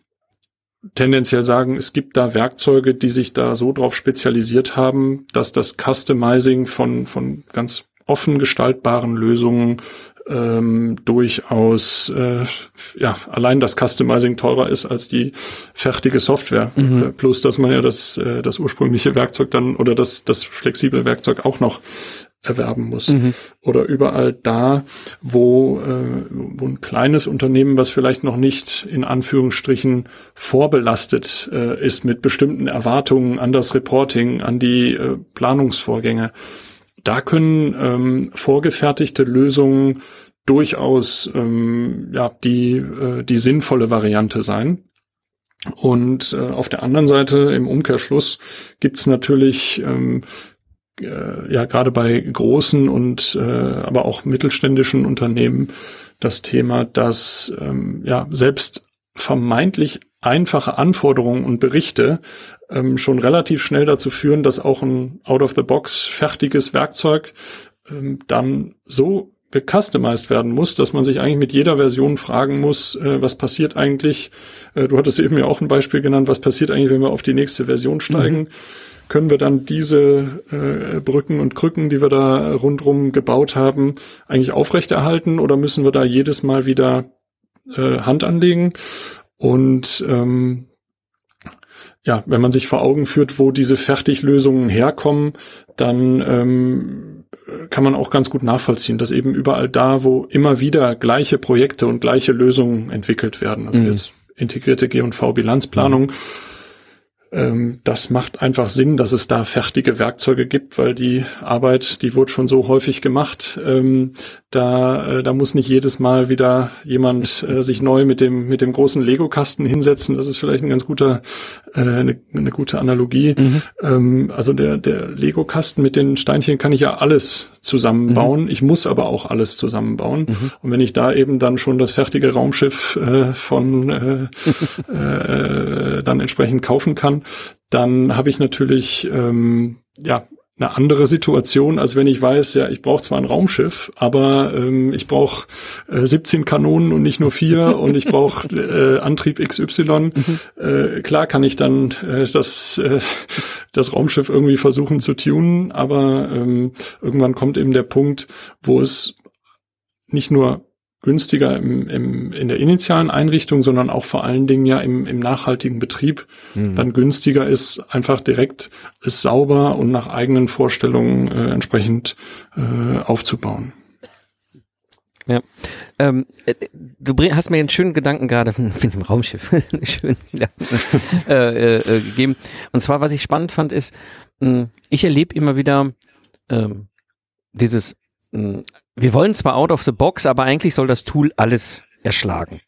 tendenziell sagen, es gibt da Werkzeuge, die sich da so drauf spezialisiert haben, dass das Customizing von von ganz offen gestaltbaren Lösungen ähm, durchaus äh, ja allein das Customizing teurer ist als die fertige Software. Mhm. Äh, plus, dass man ja das äh, das ursprüngliche Werkzeug dann oder das das flexible Werkzeug auch noch erwerben muss. Mhm. Oder überall da, wo, äh, wo ein kleines Unternehmen, was vielleicht noch nicht in Anführungsstrichen vorbelastet äh, ist mit bestimmten Erwartungen an das Reporting, an die äh, Planungsvorgänge, da können ähm, vorgefertigte Lösungen durchaus ähm, ja die äh, die sinnvolle Variante sein. Und äh, auf der anderen Seite im Umkehrschluss gibt's natürlich ähm, äh, ja gerade bei großen und äh, aber auch mittelständischen Unternehmen das Thema, dass ähm, ja selbst vermeintlich einfache Anforderungen und Berichte ähm, schon relativ schnell dazu führen, dass auch ein out-of-the-box fertiges Werkzeug ähm, dann so gecustomized werden muss, dass man sich eigentlich mit jeder Version fragen muss, äh, was passiert eigentlich, äh, du hattest eben ja auch ein Beispiel genannt, was passiert eigentlich, wenn wir auf die nächste Version steigen, mhm. können wir dann diese äh, Brücken und Krücken, die wir da rundrum gebaut haben, eigentlich aufrechterhalten oder müssen wir da jedes Mal wieder äh, Hand anlegen? Und ähm, ja, wenn man sich vor Augen führt, wo diese Fertiglösungen herkommen, dann ähm, kann man auch ganz gut nachvollziehen, dass eben überall da, wo immer wieder gleiche Projekte und gleiche Lösungen entwickelt werden, also mhm. jetzt integrierte G und V-Bilanzplanung, mhm. ähm, das macht einfach Sinn, dass es da fertige Werkzeuge gibt, weil die Arbeit, die wurde schon so häufig gemacht, ähm, da äh, da muss nicht jedes Mal wieder jemand äh, sich neu mit dem mit dem großen Lego-Kasten hinsetzen. Das ist vielleicht ein ganz guter äh, eine, eine gute Analogie. Mhm. Ähm, also der der Lego-Kasten mit den Steinchen kann ich ja alles zusammenbauen. Mhm. Ich muss aber auch alles zusammenbauen. Mhm. Und wenn ich da eben dann schon das fertige Raumschiff äh, von äh, äh, dann entsprechend kaufen kann, dann habe ich natürlich ähm, ja eine andere Situation, als wenn ich weiß, ja, ich brauche zwar ein Raumschiff, aber ähm, ich brauche äh, siebzehn Kanonen und nicht nur vier und ich brauche äh, Antrieb X Y. Mhm. Äh, klar kann ich dann äh, das äh, das Raumschiff irgendwie versuchen zu tunen, aber ähm, irgendwann kommt eben der Punkt, wo es nicht nur günstiger im, im, in der initialen Einrichtung, sondern auch vor allen Dingen ja im, im nachhaltigen Betrieb mhm. dann günstiger ist, einfach direkt es sauber und nach eigenen Vorstellungen äh, entsprechend äh, aufzubauen. Ja, ähm, du hast mir einen schönen Gedanken gerade mit dem Raumschiff schön ja, äh, äh, gegeben. Und zwar, was ich spannend fand, ist, mh, ich erlebe immer wieder ähm, dieses mh, wir wollen zwar out of the box, aber eigentlich soll das Tool alles erschlagen.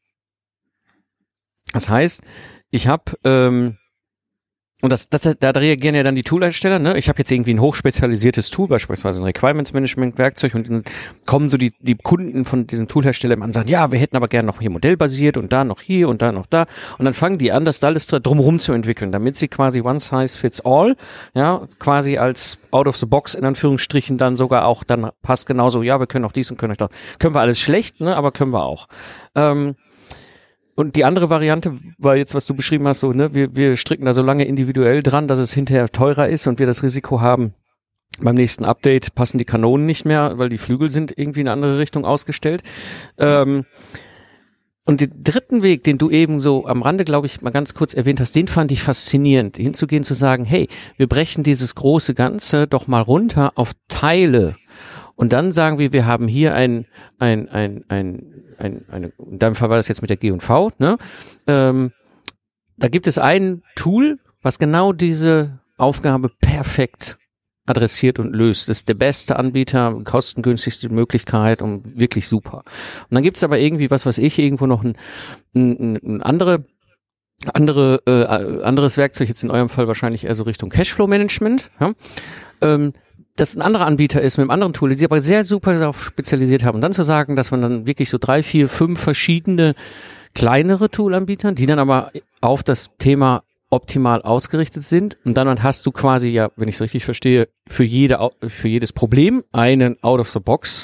Das heißt, ich habe ähm, und das, das, da reagieren ja dann die Toolhersteller, ne? Ich habe jetzt irgendwie ein hochspezialisiertes Tool, beispielsweise ein Requirements-Management-Werkzeug und dann kommen so die, die Kunden von diesen Toolherstellern an und sagen, ja, wir hätten aber gerne noch hier modellbasiert und da noch hier und da noch da und dann fangen die an, das da alles drumherum zu entwickeln, damit sie quasi one size fits all, ja, quasi als out of the box in Anführungsstrichen dann sogar auch, dann passt genauso, ja, wir können auch dies und können auch das. Können wir alles schlecht, ne, aber können wir auch. Ähm, Und die andere Variante war jetzt, was du beschrieben hast, so, ne, wir, wir stricken da so lange individuell dran, dass es hinterher teurer ist und wir das Risiko haben, beim nächsten Update passen die Kanonen nicht mehr, weil die Flügel sind irgendwie in eine andere Richtung ausgestellt. Ähm, und den dritten Weg, den du eben so am Rande, glaube ich, mal ganz kurz erwähnt hast, den fand ich faszinierend, hinzugehen zu sagen, hey, wir brechen dieses große Ganze doch mal runter auf Teile. Und dann sagen wir, wir haben hier ein, ein, ein, ein, ein, eine, in deinem Fall war das jetzt mit der G und V, ne? Ähm, da gibt es ein Tool, was genau diese Aufgabe perfekt adressiert und löst. Das ist der beste Anbieter, kostengünstigste Möglichkeit und wirklich super. Und dann gibt es aber irgendwie, was weiß ich, irgendwo noch ein, ein, ein andere, andere, äh, anderes Werkzeug, jetzt in eurem Fall wahrscheinlich eher so Richtung Cashflow-Management, ja? ähm, das ein anderer Anbieter ist mit einem anderen Tool, die aber sehr super darauf spezialisiert haben. Und dann zu sagen, dass man dann wirklich so drei, vier, fünf verschiedene kleinere Toolanbieter, die dann aber auf das Thema optimal ausgerichtet sind. Und dann hast du quasi, ja, wenn ich es richtig verstehe, für jede, für jedes Problem einen Out-of-the-Box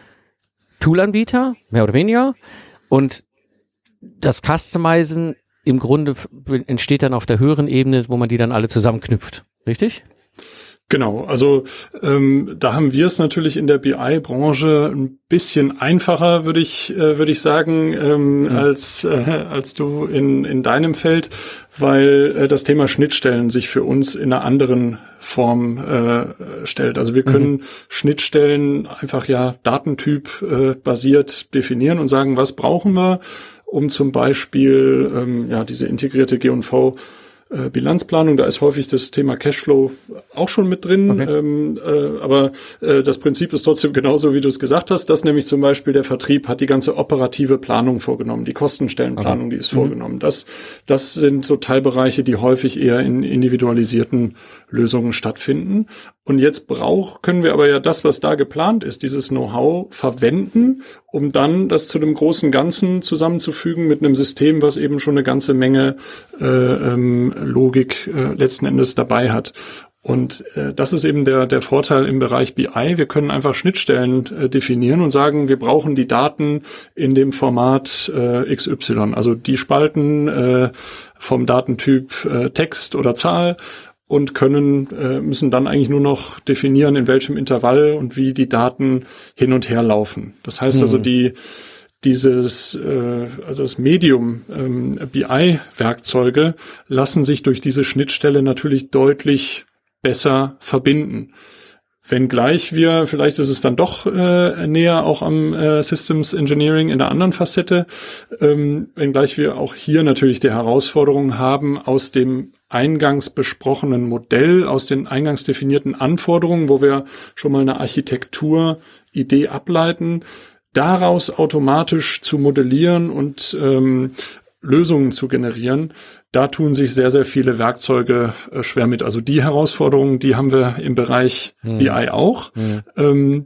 Toolanbieter, mehr oder weniger. Und das Customizen im Grunde entsteht dann auf der höheren Ebene, wo man die dann alle zusammenknüpft. Richtig? Genau, also ähm, da haben wir es natürlich in der B I-Branche ein bisschen einfacher, würde ich äh, würde ich sagen, ähm, mhm. als äh, als du in in deinem Feld, weil äh, das Thema Schnittstellen sich für uns in einer anderen Form äh, stellt. Also wir können mhm. Schnittstellen einfach ja Datentyp äh, basiert definieren und sagen, was brauchen wir, um zum Beispiel ähm, ja diese integrierte G und V Äh, Bilanzplanung, da ist häufig das Thema Cashflow auch schon mit drin, okay. ähm, äh, aber äh, das Prinzip ist trotzdem genauso, wie du es gesagt hast, dass nämlich zum Beispiel der Vertrieb hat die ganze operative Planung vorgenommen, die Kostenstellenplanung, okay. die ist mhm. vorgenommen. Das, das sind so Teilbereiche, die häufig eher in individualisierten Lösungen stattfinden. Und jetzt brauch, können wir aber ja das, was da geplant ist, dieses Know-how verwenden, um dann das zu einem großen Ganzen zusammenzufügen mit einem System, was eben schon eine ganze Menge äh, ähm, Logik äh, letzten Endes dabei hat. Und äh, das ist eben der der Vorteil im Bereich B I. Wir können einfach Schnittstellen äh, definieren und sagen, wir brauchen die Daten in dem Format äh, X Y. Also die Spalten äh, vom Datentyp äh, Text oder Zahl. Und können äh, müssen dann eigentlich nur noch definieren, in welchem Intervall und wie die Daten hin und her laufen. Das heißt mhm. also, die dieses äh, also das Medium ähm, B I-Werkzeuge lassen sich durch diese Schnittstelle natürlich deutlich besser verbinden. Wenngleich wir, vielleicht ist es dann doch äh, näher auch am äh, Systems Engineering in der anderen Facette, ähm, wenngleich wir auch hier natürlich die Herausforderung haben, aus dem eingangs besprochenen Modell, aus den eingangs definierten Anforderungen, wo wir schon mal eine Architekturidee ableiten, daraus automatisch zu modellieren und ähm, Lösungen zu generieren. Da tun sich sehr, sehr viele Werkzeuge äh, schwer mit. Also die Herausforderungen, die haben wir im Bereich hm. B I auch. Hm. Ähm,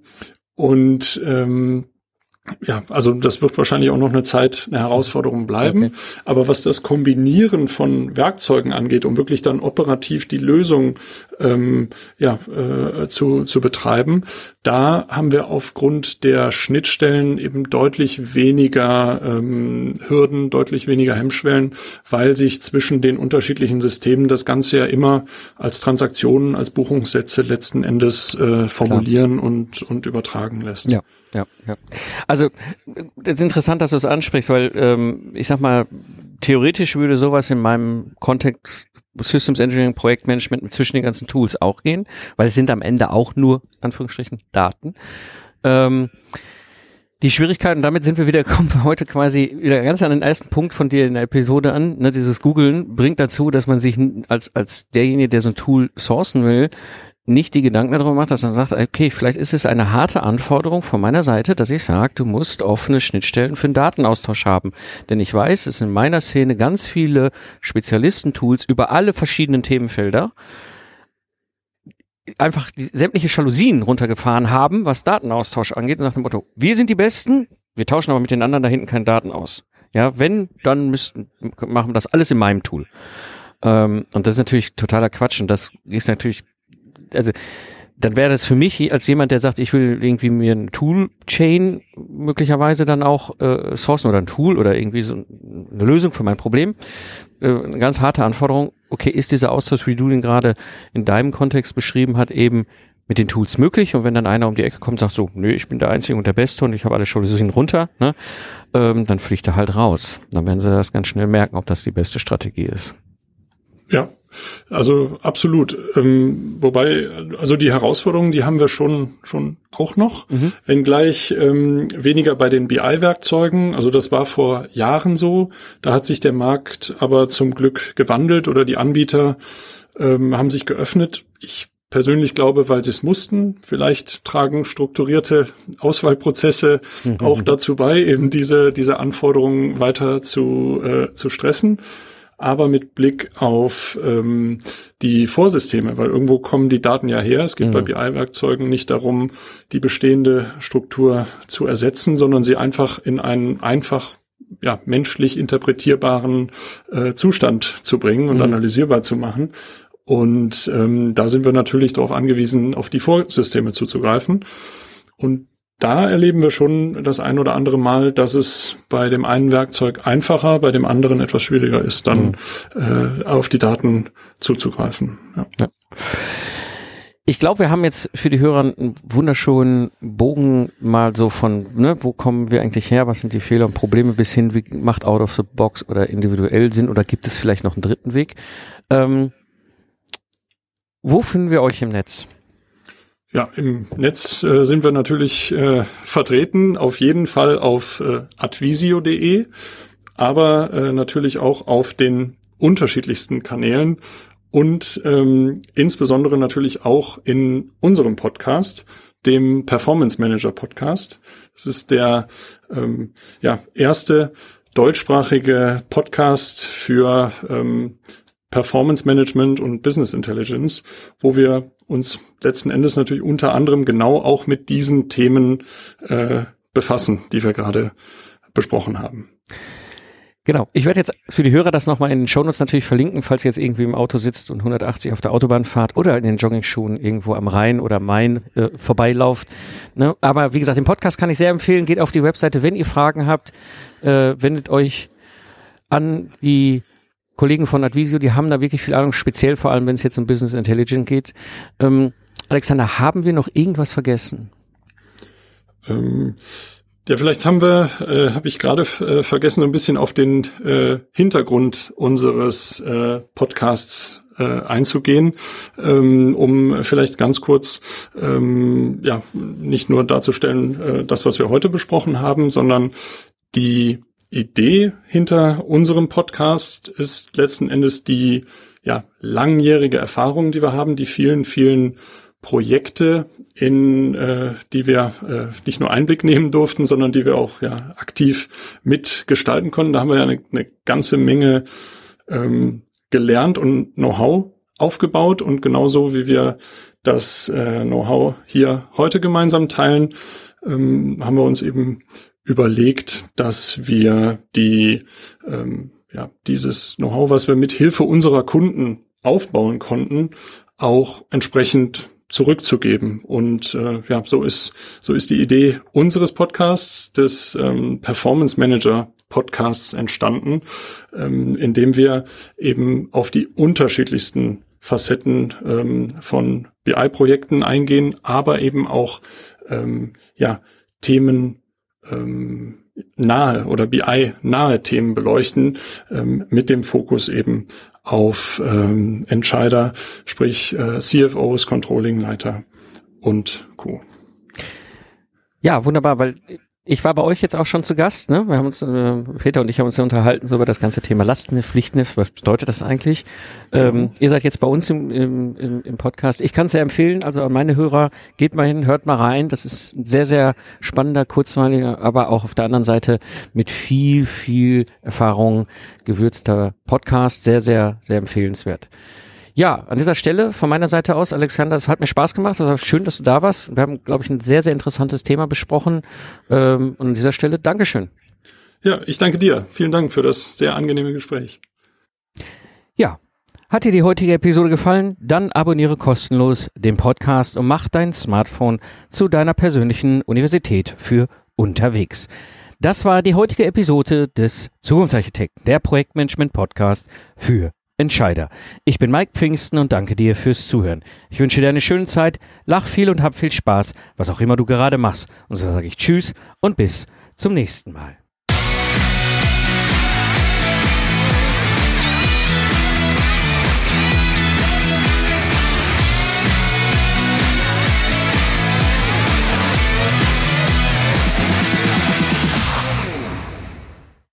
und ähm, ja, also das wird wahrscheinlich auch noch eine Zeit eine Herausforderung bleiben. Okay. Aber was das Kombinieren von Werkzeugen angeht, um wirklich dann operativ die Lösung ähm, ja, äh, zu, zu betreiben, da haben wir aufgrund der Schnittstellen eben deutlich weniger ähm, Hürden, deutlich weniger Hemmschwellen, weil sich zwischen den unterschiedlichen Systemen das Ganze ja immer als Transaktionen, als Buchungssätze letzten Endes äh, formulieren und, und übertragen lässt. Ja. Ja, ja. Also das ist interessant, dass du es ansprichst, weil ähm, ich sag mal, theoretisch würde sowas in meinem Kontext Systems Engineering, Projektmanagement zwischen den ganzen Tools auch gehen, weil es sind am Ende auch nur, Anführungsstrichen, Daten. Ähm, die Schwierigkeiten, damit sind wir wieder, kommen wir heute quasi wieder ganz an den ersten Punkt von dir in der Episode an, ne, dieses Googlen bringt dazu, dass man sich als, als derjenige, der so ein Tool sourcen will, nicht die Gedanken darüber macht, dass man sagt, okay, vielleicht ist es eine harte Anforderung von meiner Seite, dass ich sage, du musst offene Schnittstellen für den Datenaustausch haben. Denn ich weiß, es sind in meiner Szene ganz viele Spezialistentools über alle verschiedenen Themenfelder einfach die sämtliche Jalousien runtergefahren haben, was Datenaustausch angeht, und nach dem Motto, wir sind die Besten, wir tauschen aber mit den anderen da hinten keine Daten aus. Ja, wenn, dann müssten, machen wir das alles in meinem Tool. Ähm, und das ist natürlich totaler Quatsch, und das ist natürlich, also dann wäre das für mich als jemand, der sagt, ich will irgendwie mir ein Toolchain möglicherweise dann auch äh, sourcen oder ein Tool oder irgendwie so eine Lösung für mein Problem. Äh, eine ganz harte Anforderung. Okay, ist dieser Austausch, wie du den gerade in deinem Kontext beschrieben hast, eben mit den Tools möglich. Und wenn dann einer um die Ecke kommt und sagt so, nö, ich bin der Einzige und der Beste und ich habe alle Jalousien runter, ne, ähm, dann fliegt er halt raus. Dann werden sie das ganz schnell merken, ob das die beste Strategie ist. Ja, also absolut. Ähm, wobei, also die Herausforderungen, die haben wir schon schon auch noch, mhm. wenngleich ähm, weniger bei den B I-Werkzeugen. Also das war vor Jahren so. Da hat sich der Markt aber zum Glück gewandelt oder die Anbieter ähm, haben sich geöffnet. Ich persönlich glaube, weil sie es mussten. Vielleicht tragen strukturierte Auswahlprozesse mhm. auch dazu bei, eben diese diese Anforderungen weiter zu äh, zu stressen. Aber mit Blick auf ähm, die Vorsysteme, weil irgendwo kommen die Daten ja her. Es geht mhm. bei B I-Werkzeugen nicht darum, die bestehende Struktur zu ersetzen, sondern sie einfach in einen einfach ja menschlich interpretierbaren äh, Zustand zu bringen und mhm. analysierbar zu machen. Und ähm, da sind wir natürlich darauf angewiesen, auf die Vorsysteme zuzugreifen. Und da erleben wir schon das ein oder andere Mal, dass es bei dem einen Werkzeug einfacher, bei dem anderen etwas schwieriger ist, dann mhm. äh, auf die Daten zuzugreifen. Ja. Ja. Ich glaube, wir haben jetzt für die Hörer einen wunderschönen Bogen mal so von, ne, wo kommen wir eigentlich her, was sind die Fehler und Probleme bis hin, wie macht Out of the Box oder individuell Sinn oder gibt es vielleicht noch einen dritten Weg? Ähm, wo finden wir euch im Netz? Ja, im Netz äh, sind wir natürlich äh, vertreten, auf jeden Fall auf äh, advisio punkt de, aber äh, natürlich auch auf den unterschiedlichsten Kanälen und ähm, insbesondere natürlich auch in unserem Podcast, dem Performance Manager Podcast. Das ist der ähm, ja erste deutschsprachige Podcast für ähm, Performance Management und Business Intelligence, wo wir uns letzten Endes natürlich unter anderem genau auch mit diesen Themen äh, befassen, die wir gerade besprochen haben. Genau. Ich werde jetzt für die Hörer das nochmal in den Shownotes natürlich verlinken, falls ihr jetzt irgendwie im Auto sitzt und hundertachtzig auf der Autobahn fahrt oder in den Joggingschuhen irgendwo am Rhein oder Main äh, vorbeilauft. Ne? Aber wie gesagt, den Podcast kann ich sehr empfehlen. Geht auf die Webseite, wenn ihr Fragen habt, äh, wendet euch an die Kollegen von Advisio, die haben da wirklich viel Ahnung, speziell vor allem, wenn es jetzt um Business Intelligence geht. Ähm, Alexander, haben wir noch irgendwas vergessen? Ähm, ja, vielleicht haben wir, äh, habe ich gerade äh, vergessen, ein bisschen auf den äh, Hintergrund unseres äh, Podcasts äh, einzugehen, ähm, um vielleicht ganz kurz ähm, ja nicht nur darzustellen, äh, das, was wir heute besprochen haben, sondern die Idee hinter unserem Podcast ist letzten Endes die ja langjährige Erfahrung, die wir haben, die vielen, vielen Projekte, in äh, die wir äh, nicht nur Einblick nehmen durften, sondern die wir auch ja aktiv mitgestalten konnten. Da haben wir ja eine, eine ganze Menge ähm, gelernt und Know-how aufgebaut und genauso wie wir das äh, Know-how hier heute gemeinsam teilen, ähm, haben wir uns eben überlegt, dass wir die ähm, ja dieses Know-how, was wir mit Hilfe unserer Kunden aufbauen konnten, auch entsprechend zurückzugeben. Und äh, ja, so ist so ist die Idee unseres Podcasts, des ähm, Performance Manager Podcasts entstanden, ähm, indem wir eben auf die unterschiedlichsten Facetten ähm, von B I-Projekten eingehen, aber eben auch ähm, ja Themen ähm, nahe oder B I-nahe Themen beleuchten, ähm, mit dem Fokus eben auf ähm, Entscheider, sprich äh, C F Os, Controlling-Leiter und Co. Ja, wunderbar, weil ich war bei euch jetzt auch schon zu Gast, ne? Wir haben uns, äh, Peter und ich haben uns ja unterhalten so über das ganze Thema Lastenheft, Pflichtenheft, was bedeutet das eigentlich? Ähm, ihr seid jetzt bei uns im, im, im, im Podcast. Ich kann es sehr empfehlen, also an meine Hörer, geht mal hin, hört mal rein. Das ist ein sehr, sehr spannender, kurzweiliger, aber auch auf der anderen Seite mit viel, viel Erfahrung gewürzter Podcast. Sehr, sehr, sehr empfehlenswert. Ja, an dieser Stelle von meiner Seite aus, Alexander, es hat mir Spaß gemacht. Es war schön, dass du da warst. Wir haben, glaube ich, ein sehr, sehr interessantes Thema besprochen. Ähm, und an dieser Stelle Dankeschön. Ja, ich danke dir. Vielen Dank für das sehr angenehme Gespräch. Ja, hat dir die heutige Episode gefallen? Dann abonniere kostenlos den Podcast und mach dein Smartphone zu deiner persönlichen Universität für unterwegs. Das war die heutige Episode des Zukunftsarchitekten, der Projektmanagement-Podcast für Entscheider. Ich bin Mike Pfingsten und danke dir fürs Zuhören. Ich wünsche dir eine schöne Zeit, lach viel und hab viel Spaß, was auch immer du gerade machst. Und so sage ich Tschüss und bis zum nächsten Mal.